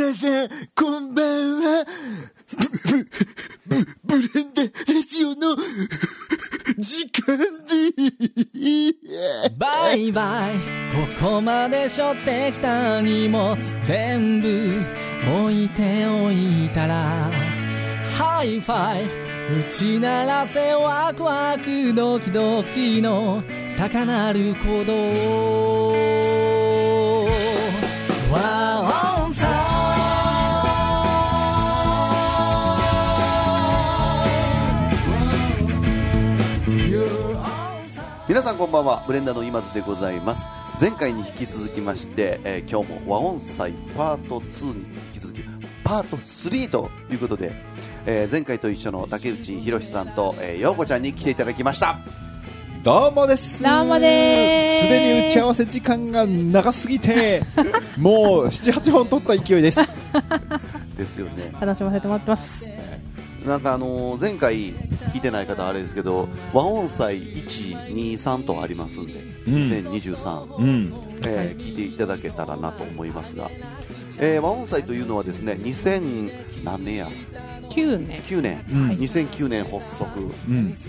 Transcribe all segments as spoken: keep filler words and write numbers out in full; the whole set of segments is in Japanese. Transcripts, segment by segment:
皆さんこんばんは。ブブブブレンダラジオの時間でバイバイ。ここまで背負ってきた荷物全部置いておいたら、ハイファイ打ち鳴らせワクワクドキドキの高鳴る鼓動。ワオンサ皆さんこんばんは、ブレンダーの今津でございます。前回に引き続きまして、えー、今日も和音祭パートツーに引き続きパートスリーということで、えー、前回と一緒の竹内宏さんと、えー、陽子ちゃんに来ていただきました。 どうもです。 どうもです。 すでに打ち合わせ時間が長すぎてもうなな、はちほん取った勢いですですよね。 楽しませてもらってます。 なんかあのー、前回聞いてない方あれですけど、和音祭いち、に、さんとありますんで、うん、にせんにじゅうさん、うんえー、聞いていただけたらなと思いますが、えー、和音祭というのはですね、にせん何年やきゅうねん、 きゅうねん、うん、にせんきゅうねん発足、うん、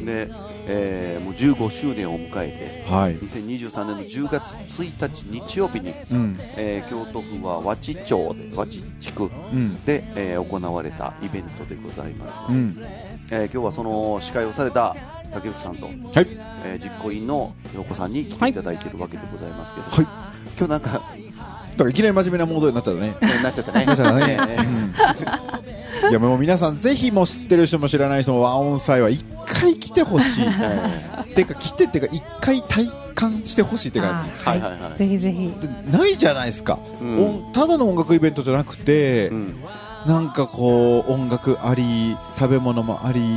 で、えー、もうじゅうごしゅうねんを迎えて、はい、にせんにじゅうさんねんのじゅうがつついたち日曜日に、うんえー、京都府は和知町で和知地区で、うんえー、行われたイベントでございます、うんえー、今日はその司会をされた竹内さんと、はいえー、実行委員の陽子さんに来ていただいているわけでございますけど、はい、今日なんかだからいきなり真面目なモードになっちゃったねなっちゃったねなっちゃったね、うん、いやもう皆さんぜひもう知ってる人も知らない人も和音祭は一回来てほしいっていうか来てっていうか一回体感してほしいって感じ、 はいはいはい、ぜひぜひないじゃないですか、うん、ただの音楽イベントじゃなくて、うん、なんかこう音楽あり食べ物もあり、うん、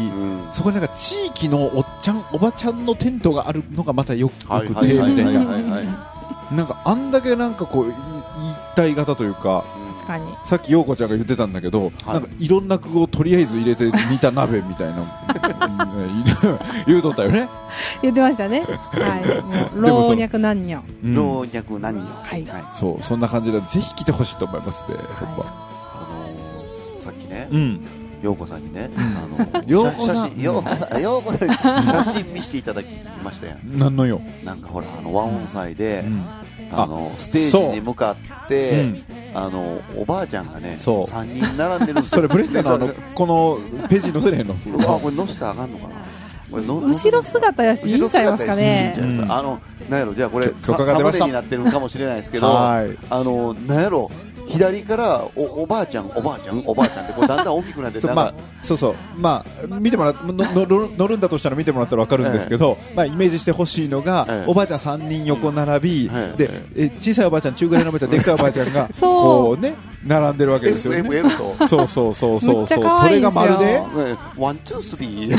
そこになんか地域のおっちゃんおばちゃんのテントがあるのがまたよくてみたいな、なんかあんだけなんかこう一体型というか、 確かにさっき陽子ちゃんが言ってたんだけど、はい、なんかいろんな具をとりあえず入れて煮た鍋みたいな言うとったよね。 言ってましたね。はい。もう老若男女。 老若男女。 はい。 はい、そうそんな感じでぜひ来てほしいと思いますね。はい、 あのー、さっきね。 うん陽子さんにね、うん、あの陽子さん陽子さん陽子さん写真見せていただきましたやん。 何のよ。 なんかほらあの和音祭で、うん、あのステージに向かって、うん、あのおばあちゃんがねさんにん並んでるんですよ。 それブレンダーのあのこのページに載せれへんの。 あこれ載せたらあかんのかな。 これの後ろ姿やしいいんちゃいますかね。 うん、あのなんやろじゃあこれサムネになってるかもしれないですけど、あのなんやろ。左から お, おばあちゃんおばあちゃんおばあちゃんってこうだんだん大きくなってそう、まあ、そうそうまあ見てもらのの乗るんだとしたら見てもらったら分かるんですけど、ええまあ、イメージしてほしいのが、ええ、おばあちゃんさんにん横並び、ええ、でえ小さいおばあちゃん中ぐらいのおばあちゃんでっかいおばあちゃんがこうね並んでるわけですよね。 エスエムエル とそうそうそうそうそうそれがまるでワンツースリー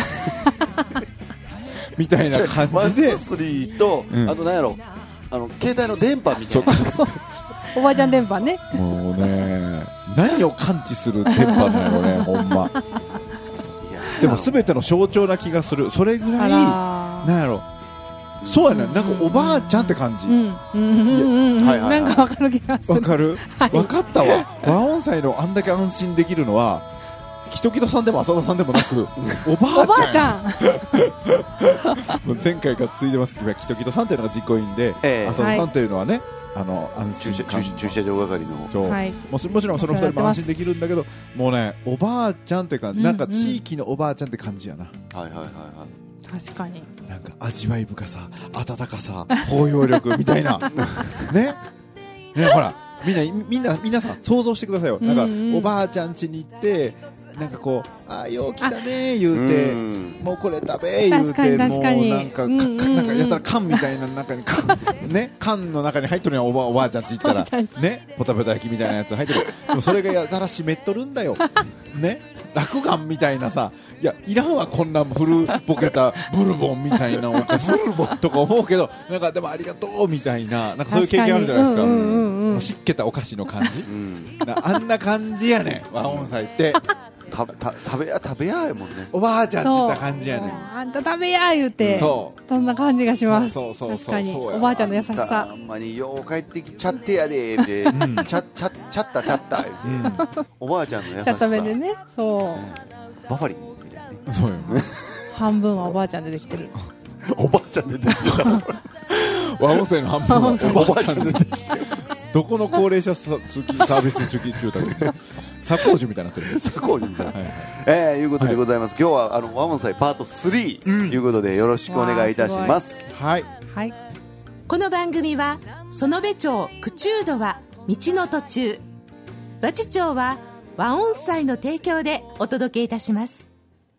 みたいな感じでワンツースリーと、うん、あと何やろあの携帯の電波みたいなおばあちゃん電波ね。 もうね何を感知する電波なのねほんま。いやでも全ての象徴な気がする。それぐらいなんやろそうやねなんかおばあちゃんって感じ。 なんかわかる気がする。 わかる、はい、分かったわ。和音祭のあんだけ安心できるのはキトキトさんでも浅田さんでもなくおばあちゃん前回から続いてますけどキトキトさんというのが実行委員で、えー、浅田さんというのはね、はいあの安心感駐車場係の、 はい、 もちろんそのふたりも安心できるんだけどもうねおばあちゃんってか、うんうん、なんか地域のおばあちゃんって感じやな。 はいはいはいはい確かになんか味わい深さ温かさ包容力みたいなねねほらみんなみんな皆さん想像してくださいよ。なんかおばあちゃん家に行ってなんかこうあーよう来たね言うてうもうこれ食べ言うてもうなんかなんかやったら缶みたいな中にね缶の中に入っとるやんおばおばあちゃん家行ったらねポタポタ焼きみたいなやつ入ってる。でもそれがやたら湿っとるんだよね落眼みたいなさいやいらんわこんな古ぼけたブルボンみたいなお菓子ブルボンとか思うけどなんかでもありがとうみたいななんかそういう経験あるじゃないですか。うんうんうん、湿気たお菓子の感じ、うん、あんな感じやね和音祭ってたた食べや食べややもんね。 おばあちゃんちった感じやねん。 あんた食べや言うて、そんな感じがします。 そうそうそうそう、 確かにおばあちゃんの優しさ。 ほんまによう帰ってきちゃってやでーで、うん、ちゃちゃちゃったちゃった、うん、おばあちゃんの優しさ。 ちゃった目でね、そう。 バファリンみたいなね。 そうよね。 半分はおばあちゃんでできてる。 おばあちゃんでできてる。 和音声の半分はおばあちゃんでできてる。どこの高齢者サービス中期住宅サコージュみたいになってる。 サコージュみたいな。はい、えー、いうことでございます。はい、今日はあの和音祭パートスリーということでよろしくお願いいたします。 はい。 はい。 この番組は園部町口中度は道の途中、和知町は和音祭の提供でお届けいたします。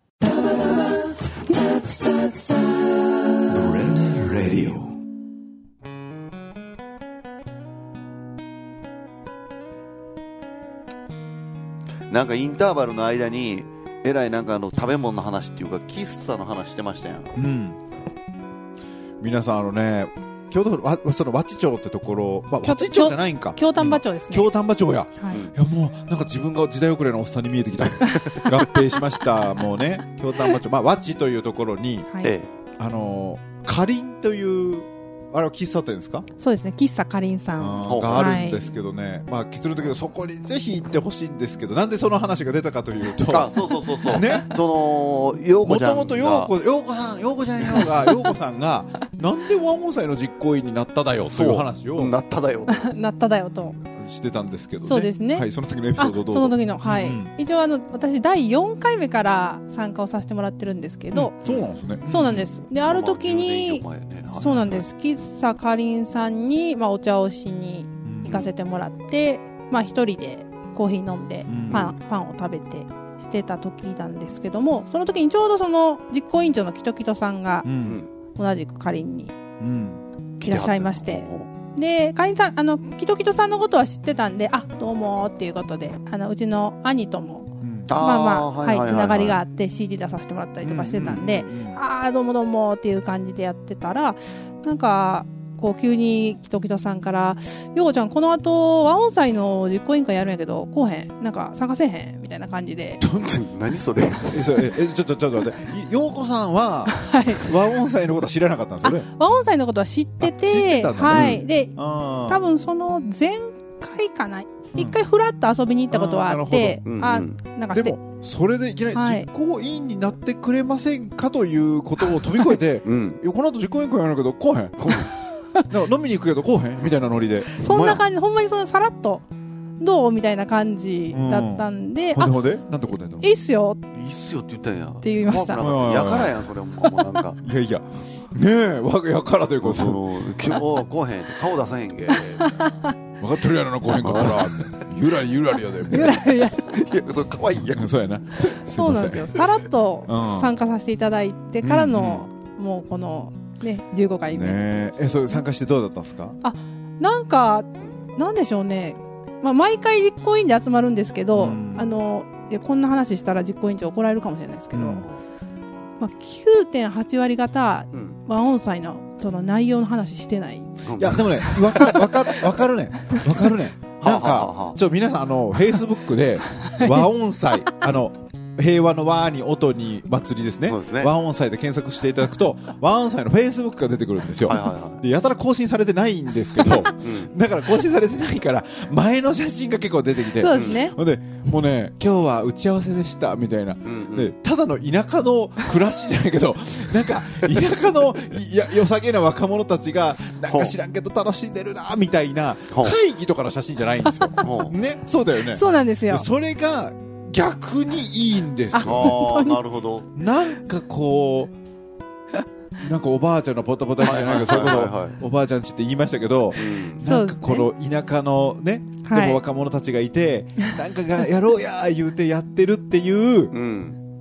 なんかインターバルの間にえらいなんかあの食べ物の話っていうか喫茶の話してましたやん。 うん。皆さんあのね、京都府のその和知町ってところ、まあ、和知町じゃないんか。 京丹波町ですね。 京丹波町や。 はい、 いやもうなんか自分が時代遅れのおっさんに見えてきた。合併しました。もうね、京丹波町、まあ和知というところに、 はい、 あのかりんというあれは喫茶店ですか？ そうですね、喫茶かりんさんがあるんですけどね、はい、まあ結論的にそこにぜひ行ってほしいんですけど、なんでその話が出たかというと、 あ、そうそうそうそう、 ね、 その陽子ちゃんがもともと陽子陽子さん陽子ちゃんよが陽子さんがなんで和音祭の実行委員になっただよという話をなっただよなっただよとしてたんですけどね。 そうですね。 はい、その時のエピソードどうぞ。 その時のはい、うん、一応あの私だいよんかいめから参加をさせてもらってるんですけど、 うん、そうなんですね。 そうなんです。である時に、 まあね、 そうなんです。喫茶かりんさんに、まあ、お茶をしに行かせてもらって、うん、まあ一人でコーヒー飲んで、うん、パンパンを食べてしてた時なんですけども、その時にちょうどその実行委員長のキトキトさんが、うん、同じくかりんにいらっしゃいまして、うん、でかりんさんあのキトキトさんのことは知ってたんで、あどうもっていうことで、あのうちの兄とも、うん、まあまあはいつながりがあって シーディー 出させてもらったりとかしてたんで、うんうんうん、ああどうもどうもっていう感じでやってたら、なんかこう急にキトキトさんからようこちゃんこの後和音祭の実行委員会やるんやけどこうへんなんか参加せえへんみたいな感じで何それえそれえちょっとちょっと待ってようこさんは、はい、和音祭のことは知らなかったんですよね。 和音祭のことは知ってて、知ってたんだね、はい、で多分その前回かな一回フラッと遊びに行ったことはあって、うん、あ、なんかしてでもそれでいきなり実行委員になってくれませんかということを飛び越えて、うん、この後実行委員会やるけどこうへんなんか飲みに行くけどこうへんみたいなノリでそんな感じ、ほんまにそのさらっとどうみたいな感じだったんで、 うん、あほんでなんてことやったの、 いいっすよいいっすよって言ったんやって言いました。 やからやんそれもうなんかいやいやねえやからということその今日こうへんって顔出さへんけ分かってるやろなこうへんかったらゆらりゆらりやでゆらりやいやそれ可愛いやんそうやなそうなんですよ。さらっと参加させていただいてからの、うん、もうこのね、じゅうごかいめ、 ね、えそれ参加してどうだったんですか？ あなんかなんでしょうね、まあ、毎回実行委員で集まるんですけど、うん、あのいやこんな話したら実行委員長怒られるかもしれないですけど、うんまあ、きゅうてんはちわり方、うん、和音祭のその内容の話してない。いやでもねわかわかわかるねわかるねなんかちょ皆さんあのフェイスブックで和音祭あの平和の和に音に祭りです ね, ですね和音祭で検索していただくと和音祭のフェイスブックが出てくるんですよ、はいはいはい、でやたら更新されてないんですけど、うん、だから更新されてないから前の写真が結構出てきてそうですね、 でもうね今日は打ち合わせでしたみたいな、うんうん、でただの田舎の暮らしじゃないけどなんか田舎のや良さげな若者たちがなんか知らんけど楽しんでるなみたいな会議とかの写真じゃないんですよね、そうだよね。 そうなんですよ。 それが逆にいいんですよ。あなるほど。 なんかこうなんかおばあちゃんのポタポタじゃないけどそういうことおばあちゃんちって言いましたけど、うん、なんかこの田舎のね、でも若者たちがいて、はい、なんかがやろうや言うてやってるっていう、うん、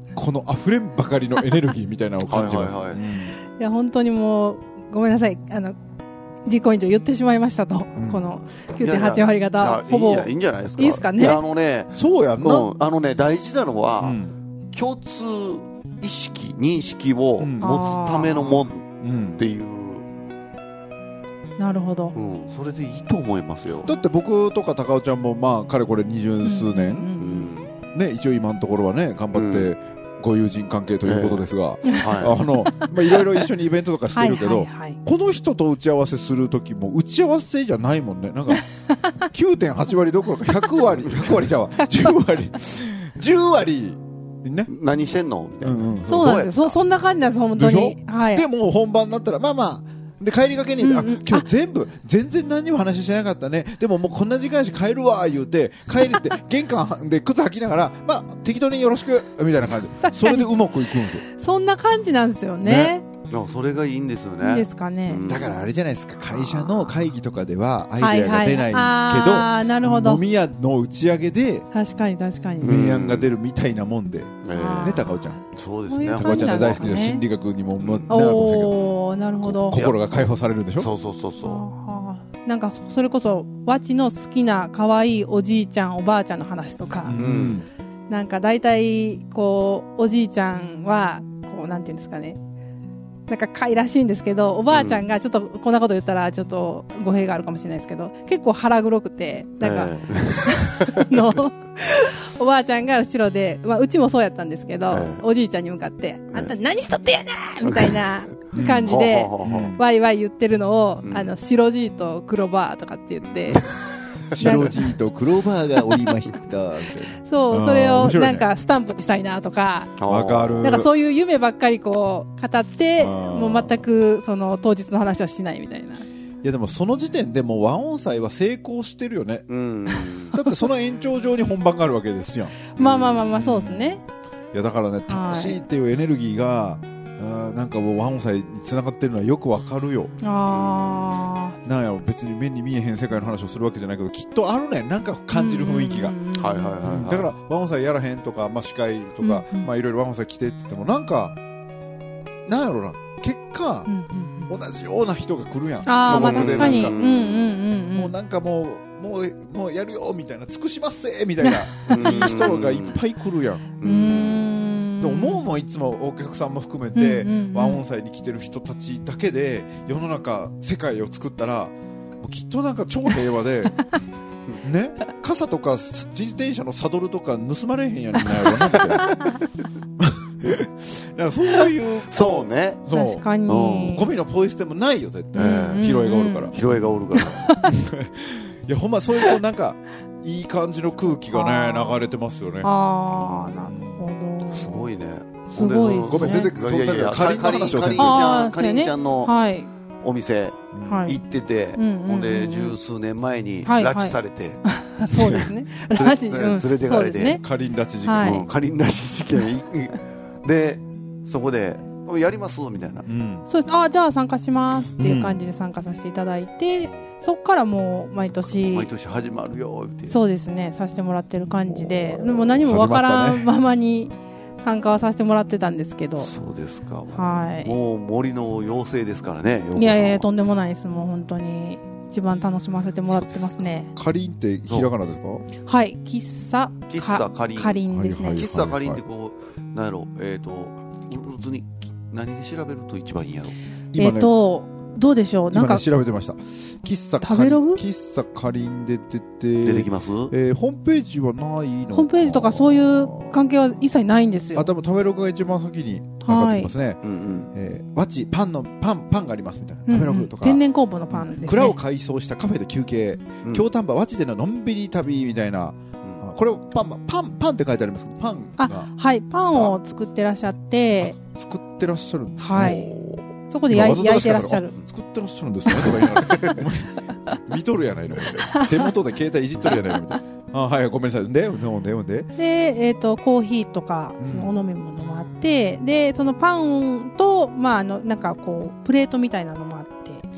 この溢れんばかりのエネルギーみたいなのを感じます。はいはいはい、 いや本当にもうごめんなさいあの実行委員長言ってしまいましたと、うん、この きゅうてんはち 割方ほぼいいんじゃないですか。 いいですかね。 あのねそうやんな、 うん、あのね大事なのは、うん、共通意識認識を持つためのもんっていう、うん、 なるほど、 うん、それでいいと思いますよ。 だって僕とか高尾ちゃんもまあかれこれ二十数年、うんうんね、一応今のところはね頑張ってご友人関係ということですが、 えー、 あのまあいろいろ一緒にイベントとかしてるけどはいはい、はい、 この人と打ち合わせする時も打ち合わせじゃないもんね。なんか きゅうてんはち 割どころかひゃく割ひゃく割じゃわじゅう割じゅう割ね、 何してんのみたいな、うんうん、 そうなんですよ。 そ, そんな感じなんです本当に。はい、 でも本番になったらまあまあで帰りがけに、うんうん、あ今日全部全然何にも話してなかったね、でももうこんな時間し帰るわ言うて帰りって玄関で靴履きながらまあ適当によろしくみたいな感じそれでうまくいくんですよ。 そんな感じなんですよね。 ね、それがいいんですよね。 いいですかね、うん、 だからあれじゃないですか、会社の会議とかではアイデアが出ないけど、はいはい、 あなるほど、 飲み屋の打ち上げで確かに確かに明暗が出るみたいなもんで、 うん、ね、 高尾ちゃん、 そうですね、 高尾ちゃんが大好きな心理学にもなるかもしれないけど、 なるほど、 心が解放されるんでしょ。 そうそうそうそう、 なんかそれこそわちの好きな可愛いおじいちゃんおばあちゃんの話とか、うん、なんか大体こうおじいちゃんはこうなんていうんですかね、なんか可愛らしいんですけど、おばあちゃんがちょっとこんなこと言ったらちょっと語弊があるかもしれないですけど、結構腹黒くてなんか、えー、のおばあちゃんが後ろで、まあ、うちもそうやったんですけど、えー、おじいちゃんに向かって、えー、あんた何しとってやなみたいな感じでワイワイ言ってるのを、うん、あの白じいと黒バーとかって言って白じいと黒バーがおりましたそう、それをなんかスタンプにしたいなとか、 わかる、 なんかそういう夢ばっかりこう語って、もう全くその当日の話はしないみたいな。 いやでもその時点でもう和音祭は成功してるよね、うん、だってその延長上に本番があるわけですよまあまあまあまあそうですね。 いやだからね、楽しいっていうエネルギーが、あなんかもう和音祭につながってるのはよくわかるよ。あなんやろ、別に目に見えへん世界の話をするわけじゃないけど、きっとあるねん、なんか感じる雰囲気が。はいはいはい、だから和音祭やらへんとか、まあ、司会とか、うんうん、まあいろいろ和音祭来てって言ってもなんかなんやろな、結果、うんうん、同じような人が来るやん。 ああ、まあ確かに、うんうんうん、 もうなんかもうもうもうやるよみたいな、尽くしますせみたいないい人がいっぱい来るやん。うんでももうもいつもお客さんも含めて、うんうんうん、和音祭に来てる人たちだけで世の中世界を作ったらもうきっとなんか超平和でね、傘とか自転車のサドルとか盗まれへんやんになるよなってなんかそういうそうね、 そう確かにゴミのポイ捨てもないよ絶対、うん、拾いがおるから拾いがおるからいやほんまそういうなんかいい感じの空気がね流れてますよね。 ああなるほど、 すごいね。 すごいですね。 ごめん全然飛んでるかりんの話をせんと。 かりんちゃんのお店行ってて、ほんで十数年前に拉致されて、 そうですね、 拉致連れてかれて、 かりん拉致事件、 かりん拉致事件でそこでやりますみたいな、 そうです。あじゃあ参加しますっていう感じで参加させていただいて、そこからもう毎年毎年始まるよって、 そうですね、させてもらってる感じで、でも何もわからんままに参加はさせてもらってたんですけど。 そうですか。 はい。 もう森の妖精ですからね。 いやいやとんでもないです。もう本当に一番楽しませてもらってますね。 かりんってひらがなですか？ はい。喫茶喫茶かりん。 かりんですね。 喫茶かりんってこうなんやろ、えっと普通に何で調べると一番いいんやろ。 えっとどうでしょう。なんか、 ね、調べてました。喫茶食べログ喫茶かりんで出て出てきます、 えー、ホームページはないのか。 ホームページとかそういう関係は一切ないんですよ。 あ多分食べログが一番先に上がってきますね、はい、うんうんえー、わちパンのパンパンがありますみたいな、うんうん、食べログとか天然酵母のパンですね。 蔵を改装したカフェで休憩、うん、京丹波わちでののんびり旅みたいな、うん、これパンパンパンって書いてありますけど、パンがあはいパンを作ってらっしゃって作ってらっしゃるんですね。 はいそこで焼いてらっしゃる。 作ってらっしゃるんですねとか言いながら見とるやないの手元で携帯いじっとるやないのみたいな。あはいごめんなさい。でででででえっ、ー、とコーヒーとかそのお飲み物もあって、うん、でそのパンとまああのなんかこうプレートみたいなのもあって。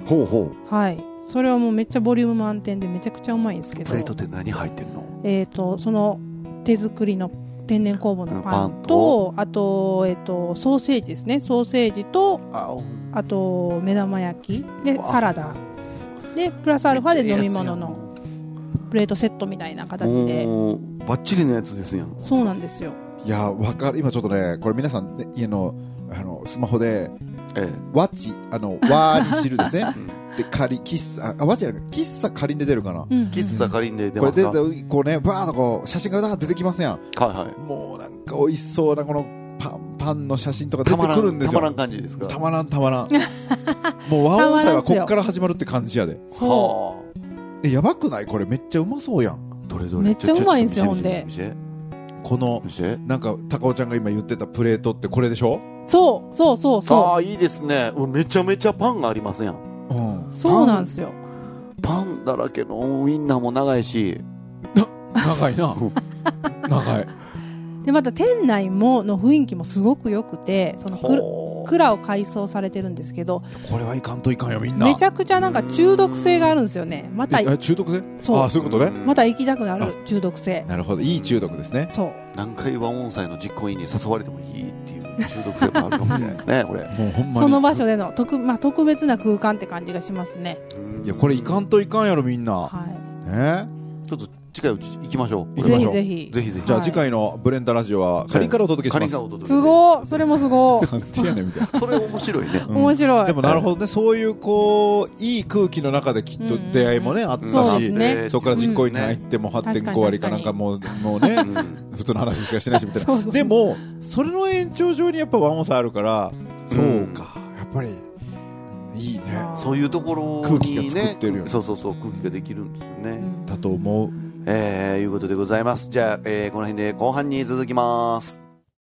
ほうほう。 はい。それはもうめっちゃボリューム満点でめちゃくちゃうまいんですけど。 プレートって何入ってるの？ えっ、ー、とその手作りの天然酵母のパンと、あと、えっと、ソーセージですね。ソーセージと、あと、目玉焼きで、サラダ。で、プラスアルファで飲み物のプレートセットみたいな形で。 バッチリのやつですやん。 そうなんですよ。 いや、わかる。今ちょっとね、これ皆さん、ね、家の、あの、スマホで、ええ、ワッチ、あの、ワーリ汁ですね。 でかり喫茶あわちゃない喫茶かりんで出るかな、 うんうん、 喫茶かりんで出これますか。 でこうねバーッとこう写真が出てきますやん。 はいはい。 もうなんか美味しそうなこのパンパンの写真とか出てくるんですよ。 たまらん感じですか。 たまらんたまらんもう和音祭はこっから始まるって感じやで。 そうえやばくないこれめっちゃうまそうやん。 どれどれめっちゃうまいんですよほんで。 このなんか高尾ちゃんが今言ってたプレートってこれでしょ。 そうそうそうそう。 ああいいですね。めちゃめちゃパンがありますやん。 うん、 そうなんですよ。 パンだらけのウインナーも長いし長いな長いでまた店内もの雰囲気もすごく良くて、そのく蔵を改装されてるんですけど、 これはいかんといかんよみんな。 めちゃくちゃなんか中毒性があるんですよね。またえ中毒性。 そうあそういうことね。 また行きたくなる中毒性。 なるほどいい中毒ですね。 そう南海和音祭の実行委員に誘われてもいいっていう中毒性もあるかもしれないですねこれもうほんまにその場所での特、まあ、特別な空間って感じがしますね。 いやこれいかんといかんやろみんな、 はいね、 ちょっと近いうち行きましょう。 ぜひぜひぜひぜひ。 じゃあ次回のブレンダラジオはかりんからお届けします。 すごいそれもすごいなんてやねんみたいなそれ面白いね、 うん、 面白い。 でもなるほどね、そういうこういい空気の中できっと出会いもね、うん、あったし、 そうですね、 そこから実行委員に入っても はってんご 割かなんかもうもうね、うん、普通の話しかしてないしみたいなそうそうそう。でもそれの延長上にやっぱ和音祭あるから、そうか、うん、やっぱりいいね。 そういうところに、ね、 空気が作ってるよね。 そうそうそう空気ができるんですよね、うん、 だと思う。 えー、いうことでございます。じゃあ、えー、この辺で後半に続きます。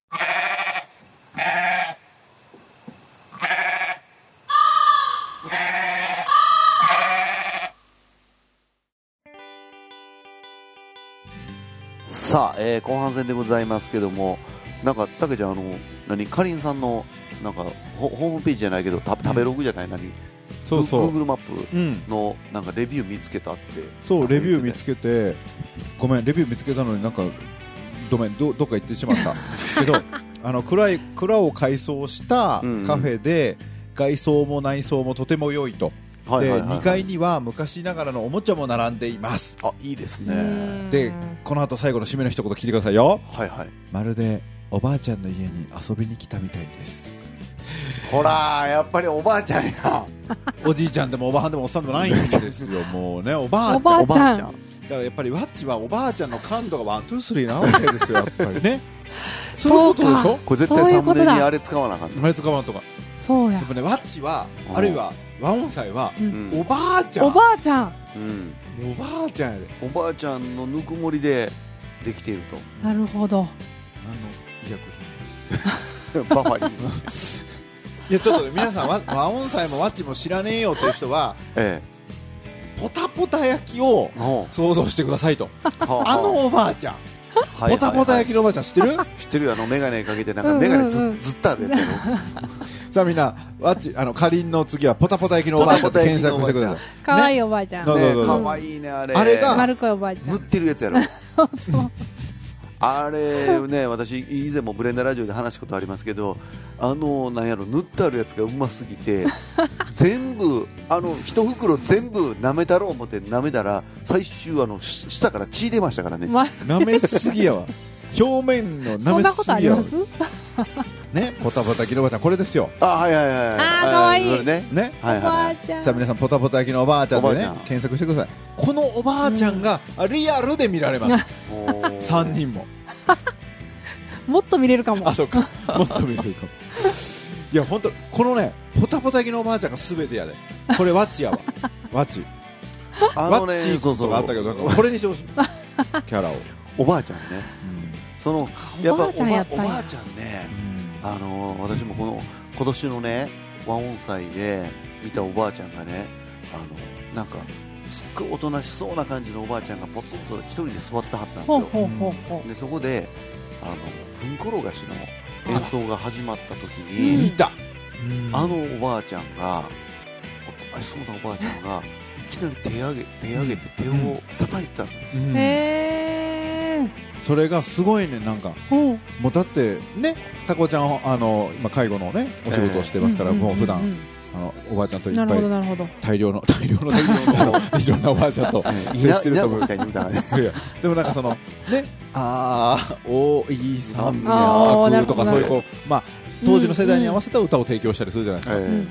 さあ、えー、後半戦でございますけども、なんかたけちゃんあの何かりんさんのなんかホームページじゃないけどた食べログじゃない、何そうそう Google マップのなんかレビュー見つけたって、うん、 そうレビュー見つけて、ごめんレビュー見つけたのになんかごめん ど, どっか行ってしまったけどあの蔵い蔵を改装したカフェで、うんうん、外装も内装もとても良いと、はいはいはいはい、でにかいには昔ながらのおもちゃも並んでいます。 あいいですね。 でこの後最後の締めの一言聞いてくださいよ。 はいはい。 まるでおばあちゃんの家に遊びに来たみたいです。 ほらやっぱりおばあちゃんやおじいちゃんでもおばはんでもおっさんでもないんですよもうねおばあちゃん。 おばあちゃんだからやっぱりワッチはおばあちゃんの感度がワンツースリーなわけですよやっぱりねそういうことでしょ。 これ絶対サムネにあれ使わなかった。 あれ使わんとか。 そうや。 やっぱねワッチはあるいは和音祭は、うん、おばあちゃんおばあちゃん、 うん、 おばあちゃんやで。 おばあちゃんのぬくもりでできていると。 なるほど。 あの医薬品バファリンいやちょっと、ね、皆さん和音祭もワッチも知らねえよという人は、ええ、ポタポタ焼きを想像してくださいとあのおばあちゃんポタポタ焼きのおばあちゃん知ってる？ 知ってるよ。あのメガネかけてなんかメガネ ず,、うんうんうん、ずっとあるやつやろさあみんなワッチあのかりんの次はポタポタ焼きのおばあちゃんで検索してください。 かわいいおばあちゃん、ね、 かわいいねあれ。 あれが丸くおばあちゃん塗ってるやつやろそうあれね、私以前もブレンダラジオで話したことありますけど、あのなんやろ塗ってあるやつがうますぎて全部あの一袋全部舐めたろう思って舐めたら最終あの下から血出ましたからね、 ま、舐めすぎやわ表面の舐めすぎやわ。 そんなことありますね、ポタポタ焼きのおばあちゃんこれですよ。 あはいはいはい。 あーかわいいねね、はいはい、 さあ皆さんポタポタ焼きのおばあちゃんでね検索してください。このおばあちゃんが、うん、リアルで見られますさんにんももっと見れるかも。 あそうかもっと見れるかもいや本当このねポタポタ焼きのおばあちゃんが全てやで。これワッチやわワッチあの、ね、ワッチことがあったけどなんかこれにしてほしいキャラをおばあちゃんね、うん、そのやっぱおばあちゃんやったんや。おばあちゃんね、うん、あの私もこの今年のね和音祭で見たおばあちゃんがね、あのなんかすっごいおとなしそうな感じのおばあちゃんがポツンと一人で座ってはったんですよ。ほうほうほうほう。でそこであのふんころがしの演奏が始まった時に見た、 あのおばあちゃんがおとなしそうなおばあちゃんがいきなり手上げ手上げて手を叩いてたの、うんうん、 へーそれがすごいね。なんかもうだってねタコちゃんあの今介護のねお仕事をしてますから、えー、もう普段、うんうんうんうん、あのおばあちゃんといっぱい大量の大量の大量のいろんなおばあちゃんと接してると思う。でもなんかそのねあーおいさんみゃくとかそういうこうまあ当時の世代に合わせた歌を提供したりするじゃないですか、うん、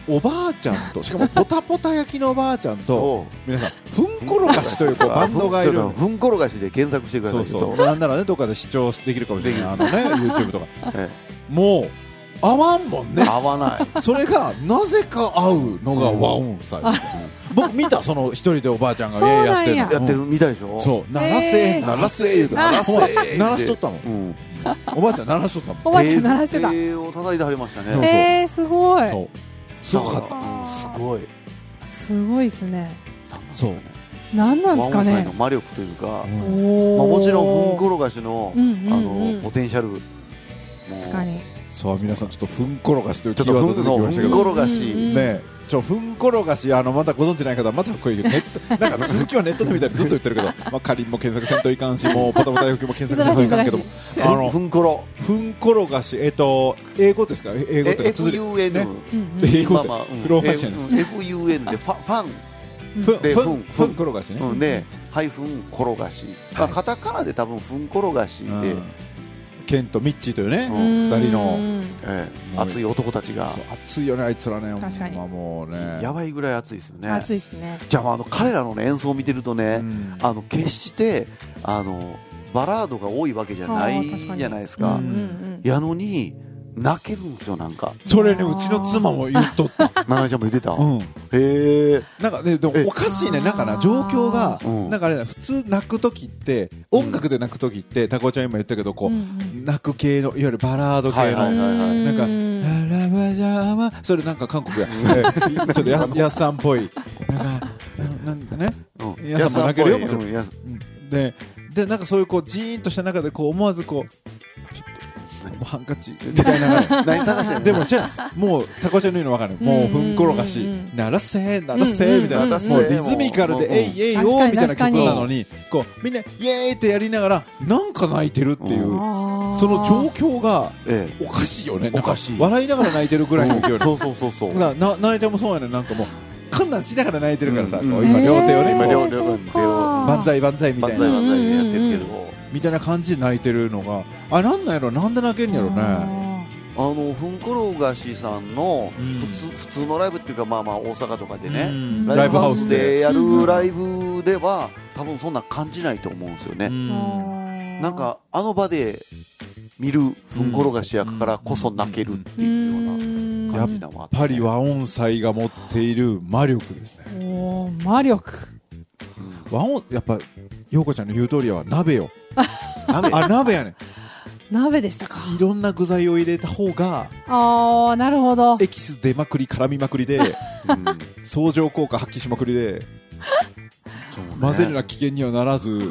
おばあちゃんとしかもポタポタ焼きのおばあちゃんと皆さんふんころがしというこうバンドがいるふんころがしで検索してください。 そうそうなんならねどっかで視聴できるかもしれないあのね YouTube とか、ええ、もう合わんもんね。 合わないそれがなぜか合うのが和音祭、うん、僕見たその一人でおばあちゃんがやってるやってる見たでしょ。 そう鳴らせ鳴らせ言うて鳴らせ鳴らしとったもん、うん、おばあちゃん鳴らしとったもん。 おばあちゃん鳴らしてた。 手を叩いてはりましたね。 えー、すごい。 そうすごかった、 うん、すごいすごいですね。 そう何なんですかね。 和音祭の魔力というか、うんまあ、もちろんふんころがしの、うんうんうん、あのポテンシャルも確かにそう皆さんちょっとふんころがしというキーワード出てきましたけどふんころがし、うんうん、 ねちょふんころがしあのまだご存知ない方はまたこういうネットなんか続きはネットで見たりずっと言ってるけどまあかりんも検索せんといかんしもうポタポタ焼きも検索せんといかんけどもあのふんころふんころがしえっ、ー、と英語ですか英語って続き エフユーエヌ、ね、 英語ってフローマシンエフユーエヌ でファファンふでふんふん転がしね、 うん、でハイフン転がし、まあ、カタカナで多分ふん転がしで、うん、 ケンとミッチーというね、うん、ふたりの、 ええ、熱い男たちがそう熱いよねあいつらね確かに、 まあ、もうねやばいぐらい熱いですよね。 熱いですね。 じゃあ、あの彼らの、ね、演奏を見てるとね、うん、あの決してあのバラードが多いわけじゃないじゃないですか、うんうんうん、やのに泣けるんですよ。なんかそれねうちの妻も言っとったななちゃんも言ってた、 うん、 へえなんかねでもおかしいねなんかな状況が、うん、なんかあれだ普通泣く時って音楽で泣く時ってタコちゃん今言ったけどこう、うん、泣く系のいわゆるバラード系の、はいはいはいはい、なんかララバジャーマそれなんか韓国やちょっとややっさんっぽいなんかなんかね、うん、やっさんも泣けるよ、うん、ででなんかそういうこうジーンとした中でこう思わずこうハンカチみたいな何探してるの。 でもじゃあもうタコちゃんの言うの分かるもうふんころがし鳴らせ鳴らせみたいなもうリズミカルでえいえいおみたいな曲なのにこうみんなイエーイってやりながらなんか泣いてるっていうその状況がおかしいよね。 おかしい笑いながら泣いてるぐらいの勢いそうそうそうそうななえちゃんもそうやねなんかもう観覧しながら泣いてるからさ今両手をね今両手を万歳万歳みたいな万歳万歳でやってるけどみたいな感じで泣いてるのがあなんなんやろなんで泣けんやろね。 あのふんころがしさんの普通、うん、普通のライブっていうかまあまあ大阪とかでね、うん、ライブハウスでやるライブでは多分そんな感じないと思うんですよね、うん、なんかあの場で見るふんころがしやからこそ泣けるっていうような感じなのは、ね、 やっぱり和音祭が持っている魔力ですね。 お魔力、 うん、和音やっぱ陽子ちゃんの言う通りは鍋よ鍋あ鍋やねん鍋でしたか。 いろんな具材を入れた方がああなるほどエキス出まくり絡みまくりで、うん、相乗効果発揮しまくりでそうね、混ぜるな危険にはならず、うん、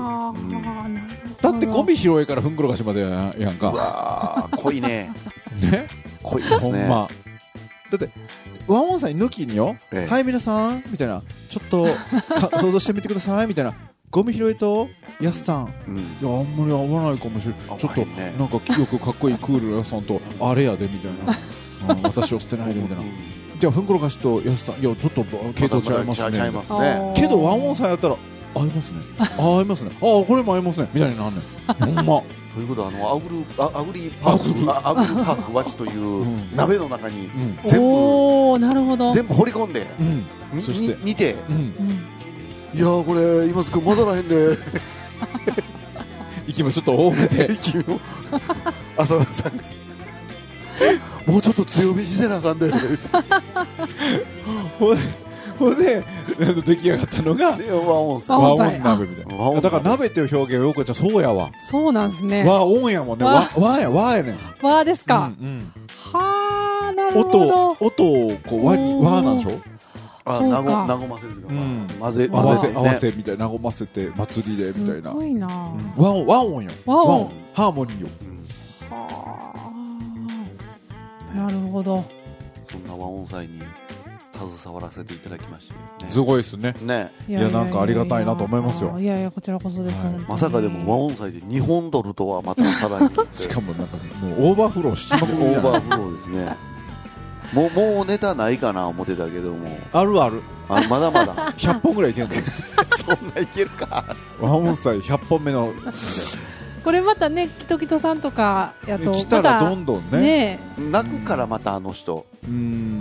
だってゴミ拾いからふんころがしまで や, やんか。 うわ濃いねね濃いですね。 ほんまだって和音祭抜きによ、ええ、はい皆さんみたいなちょっと想像してみてくださいみたいなゴミ拾いとやすさん、うん、いやあんまり合わないかもしれない、ね、ちょっとなんか清くかっこいいクールなやすさんとあれやでみたいな、うん、私を捨てないでみたいなじゃあふんころがしとやすさんいやちょっと系統違います ね, まますねけど和音祭やったら合いますね合いますねあこれも合いますねみたいになんねんほんまということはあのアグルあアグリパークアグルパークワチという鍋の中に全部、 おーなるほど全部掘り込んで、うん、そして煮て、うん、いやーこれ今すぐ混ざらへんで息もちょっと多めで息も浅田さんがもうちょっと強火してなあかんでほんでほんで出来上がったのが和音和音鍋みたいなだから鍋っていう表現ようこちゃんそうやわそうなんですね和音やもんね和和や和やねん和ですか、うんうん、はあなるほど音音をこう和に和なんでしょあなごなごませるというか、うん、混ぜ合わせ、ね、合わせみたいな和ませて祭りでみたいなすごいな、うん、 和音和音よ和音ハーモニーよ、 うん、はあなるほどそんな和音祭に携わらせていただきまして、 ね、すごいですね。ねいやなんかありがたいなと思いますよ。 いやいやこちらこそです、はい、 まさかでも和音祭でにほんドルとはまたさらにしかもなんかもうオーバーフローしまくるオーバーフローですねもうもうネタないかな思ってたけどもあるあるあまだまだひゃっぽんぐらいいけんのそんないけるか和音祭ひゃっぽんめのこれまたねキトキトさんとかやと来たらどんどんねね泣くからまたあの人うん、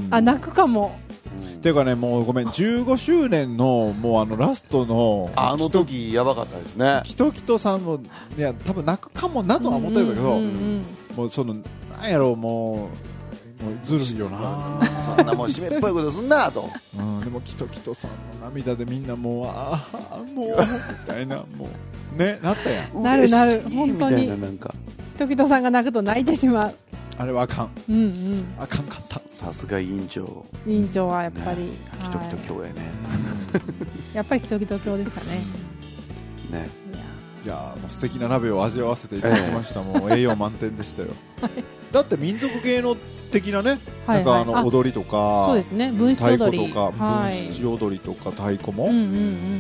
あ泣くかも。 っていうかね、もうごめん、じゅうごしゅうねんのもうあのラストのあの時やばかったですね。 キトキトさんもいや多分泣くかもなとは思ってるんだけど、うんうんうん、もうそのなんやろう、もうもうずるいよなそんなもう締めっぽいことすんなと、 うん、でもキトキトさんの涙でみんなもうああもうみたいなもうねなったやん。 なるなる、本当になんかキトキトさんが泣くと泣いてしまう。 あれはあかん、うんうん、あかんかった。 さすが委員長。 委員長はやっぱり、ね、 キトキト教やねやっぱりキトキト教でしたね。 ね、いやもう素敵な鍋を味わわせていただきました、えー、もう栄養満点でしたよだって民族系の的なね、はいはい、なんかあの踊りとか、 そうですね、分七踊りとか、はい、分七踊りとか太鼓も、うんうんうん、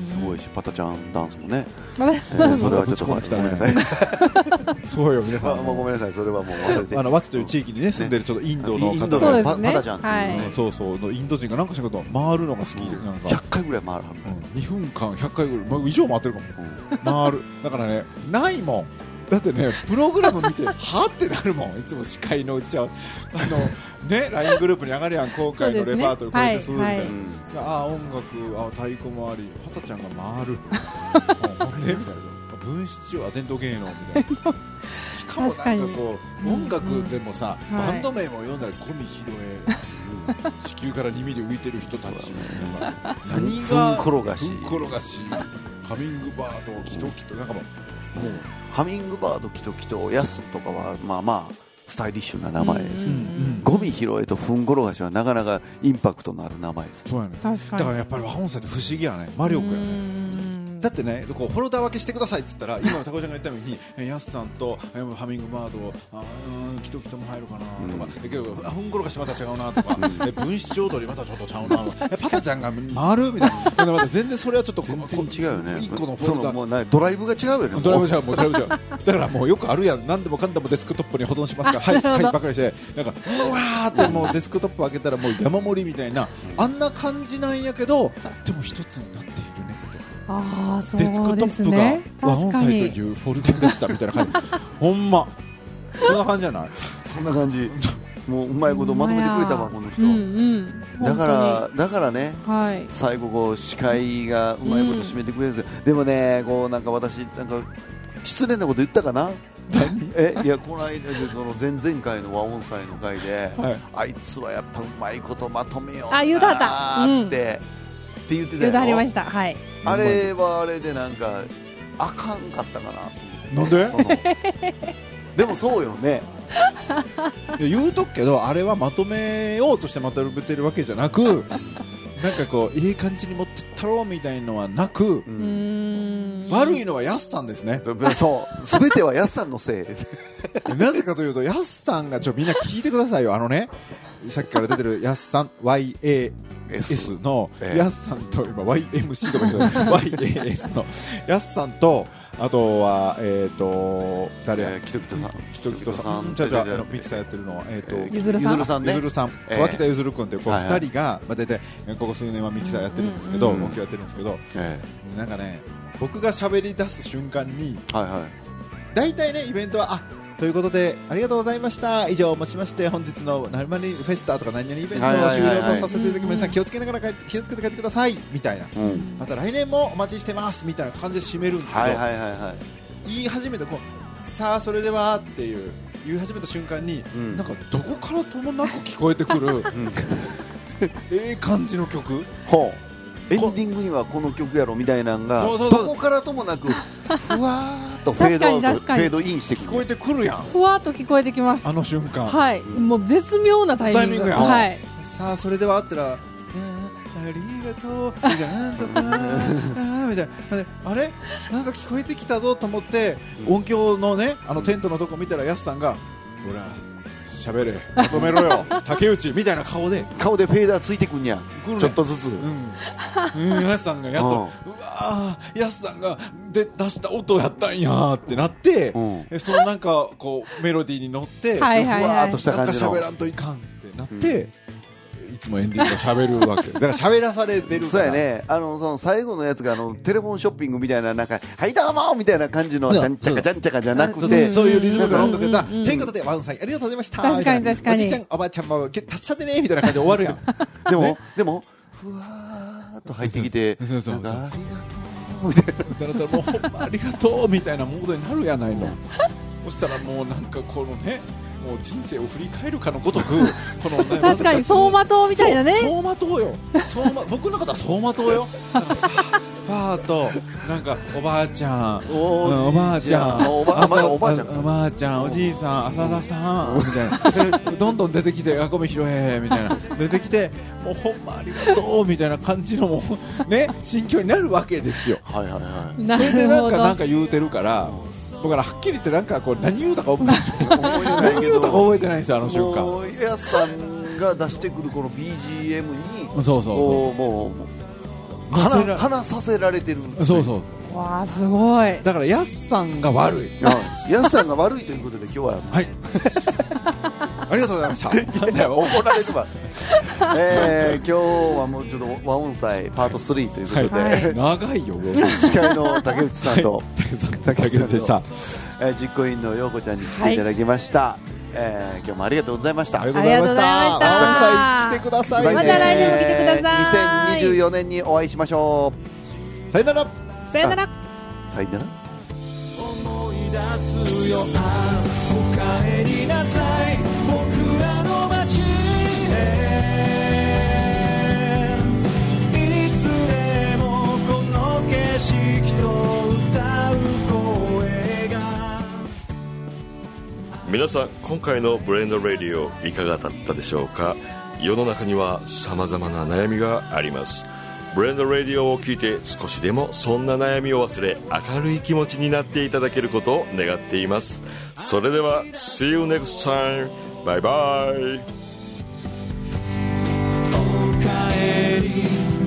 すごいし、パタちゃんダンスもね、 えー、 それはちょっとごめんなさいそうよ皆さんもうごめんなさい、それはもう忘れて、 あのワチという地域にね住んでるちょっとインドの方の、 ね、 パタちゃんっていうね、 はい、 そうそうのインド人がなんかしたこと回るのが好きで、なんかひゃっかいぐらい回るはず、うん、にふんかんひゃっかいぐらい、まあ、以上回ってるかも、うん、回るだからね、ないもんだってね、プログラム見てはってなるもん、いつも司会のうちはあのね、ライン グループに上がるやん、今回のレパートリーこれですみたいな、はいはい、あ音楽、あ太鼓もあり、パタちゃんが回るね、分七は伝統芸能みたいなしかもなんかこう、音楽でもさ、うんうん、バンド名も読んだら小見ひろえ地球からにミリ浮いてる人たち何がふん転がしふん転がしハミングバードキトキトなんかもうもうハミングバードキトキトヤスとかはまあまあスタイリッシュな名前ですよ、うんうんうん、ゴミ拾えとふん転がしはなかなかインパクトのある名前です、 そうやね、確かにだからやっぱり和音祭って不思議やね、魔力やね。だってね、こうフォルダ分けしてくださいって言ったら今のタコちゃんが言ったようにヤスさんとハミングバードあうんキトキトも入るかなとか、うん、けどふん転がしまた違うなとか分七踊りまたちょっとちゃうなパタちゃんが回るみたいな全然それはちょっと全然違うよね、 いっこのフォルダもうなドライブが違うよね、 ドライブ違うもうドライブ違うだからもうよくあるやん、何でもかんでもデスクトップに保存しますからはいはいばっかりしてなんかうわーってもうデスクトップ開けたらもう山盛りみたいなあんな感じなんやけどでも一つになっているねみたいな、 あそうですね、 デスクトップが和音祭というフォルダでしたみたいな感じほんまそんな感じじゃないそんな感じもううまいことまとめてくれたわこの人、うんうん、だからだからね、はい、最後こう司会がうまいこと締めてくれるんですよ、うん、でもねこうなんか私なんか失礼なこと言ったかなえいやこの間でその前々回の和音祭の回で、はい、あいつはやっぱうまいことまとめようなーって、って言ってたよ。 言うてはりました。はい。 あれはあれでなんかあかんかったかな。 なんで？ でもそうよね。 言うとくけどあれはまとめようとしてまとめてるわけじゃなく、なんかこういい感じに持ってったろうみたいのはなく、うーん悪いのはヤスさんですね。 そう。すべてはヤスさんのせい。なぜかというとヤスさんがちょみんな聞いてくださいよ。あのね。さっきから出てるヤスさん ワイエーエス のヤスさんと今 ワイエムシー とか言うワイエーエス のヤスさんとあとはえっ、ー、と誰や、えー、 キトキトさんキトキトさんじゃじゃあのミキサーやってるのはえっ、ー、とゆずるさんゆずるさんねゆずるさんえー、 脇田ゆずる君っていうこう二人がまあ大体ここ数年はミキサーやってるんですけど音響やってるんですけど、えー、なんかね僕が喋り出す瞬間にはいはい大体ねイベントはあということでありがとうございました以上をもちまして本日の何々フェスタとか何々イベントを終了とさせていただき皆さん気をつけながら気をつけて帰ってくださいみたいな、うん、また来年もお待ちしてますみたいな感じで締めるんですけど、はいはいはいはい、言い始めたこうさあそれではっていう言い始めた瞬間に、うん、なんかどこからともなく聞こえてくる、うん、ええ感じの曲ほうエンディングにはこの曲やろみたいなのがどこからともなくふわーっとフェードアウトフェードインして聞こえてくるやんふわーっと聞こえてきますあの瞬間はい、うん、もう絶妙なタイミング、タイミングやん、はい、 さあそれではあったらありがとうみたいななんとかあみたいなあれなんか聞こえてきたぞと思って音響のねあのテントのとこ見たらヤスさんがほら喋れまとめろよ竹内みたいな顔で顔でフェーダーついてくんや、ね、ちょっとずつ、うんうん、ヤスさんがやっと、うん、うわヤスさんがで出した音やったんやってなって、うん、そのなんかこうメロディーに乗って、はいはいはい、ふわーっとした感じのなんか喋らんといかんってなって、うん、 つもエンディングを喋るわけだから喋らされてるからそうやね、あのその最後のやつがあのテレフォンショッピングみたいな、なんかはいどうもみたいな感じのちゃんちゃかちゃんちゃかじゃなくて、 そういうリズムの音楽だ、ということでワンさんありがとうございました、 確かに確かに、 おじいちゃんおばあちゃんも達者でねみたいな感じで終わるやんでも、 ね、 でもふわーっと入ってきて、 そうそうそうそうなんかありがとうみたいな、 だからもうほんまありがとうみたいなモードになるやないのそしたらもうなんかこのね、もう人生を振り返るかのごとくこの、ね、 確かに走馬灯みたいなね、 走馬灯よ、走馬僕の中では走馬灯よファーとなんかおばあちゃん、おばあちゃん、 おばあちゃん、おばあちゃん、 おばあちゃん、おじいさん、浅田さんみたいなどんどん出てきて、あ、ごめん拾えみたいな出てきて、もうほんまありがとうみたいな感じのもうね心境になるわけですよ。 はいはいはい。 なるほど。 それでなんかなんか言うてるから。だからはっきり言ってなんかこう何言うたか覚えてない何言うたか覚えてないんですよ、あの瞬間。 もうやすさんが出してくるこの ビージーエム にそうそうそうもうもう話話させられてる。 そうそうわあすごい。 だからやすさんが悪い、 やすさんが悪いということで今日ははいありがとうございましたなんだよ怒られるわえー、今日はもうちょっと和音祭パートスリーということで、 はい、 長いよ司会の竹内さんと、はい、 竹内でした、 えー、実行委員の陽子ちゃんに来ていただきました、はい、えー、今日もありがとうございました。 ありがとうございました。和音祭来てくださいね。 また来年も来てください。 にせんにじゅうよねんにお会いしましょう。さよなら。 さよなら。 さよなら。 思い出すよ、あお帰りなさい、僕らの街へ。いつでもこの景色と歌う声が。 皆さん、今回のブレンドラディオいかがだったでしょうか。世の中には様々な悩みがあります。ブレンドラディオを聞いて少しでもそんな悩みを忘れ明るい気持ちになっていただけることを願っています。それでは See you next time. バイバイ。 おかえり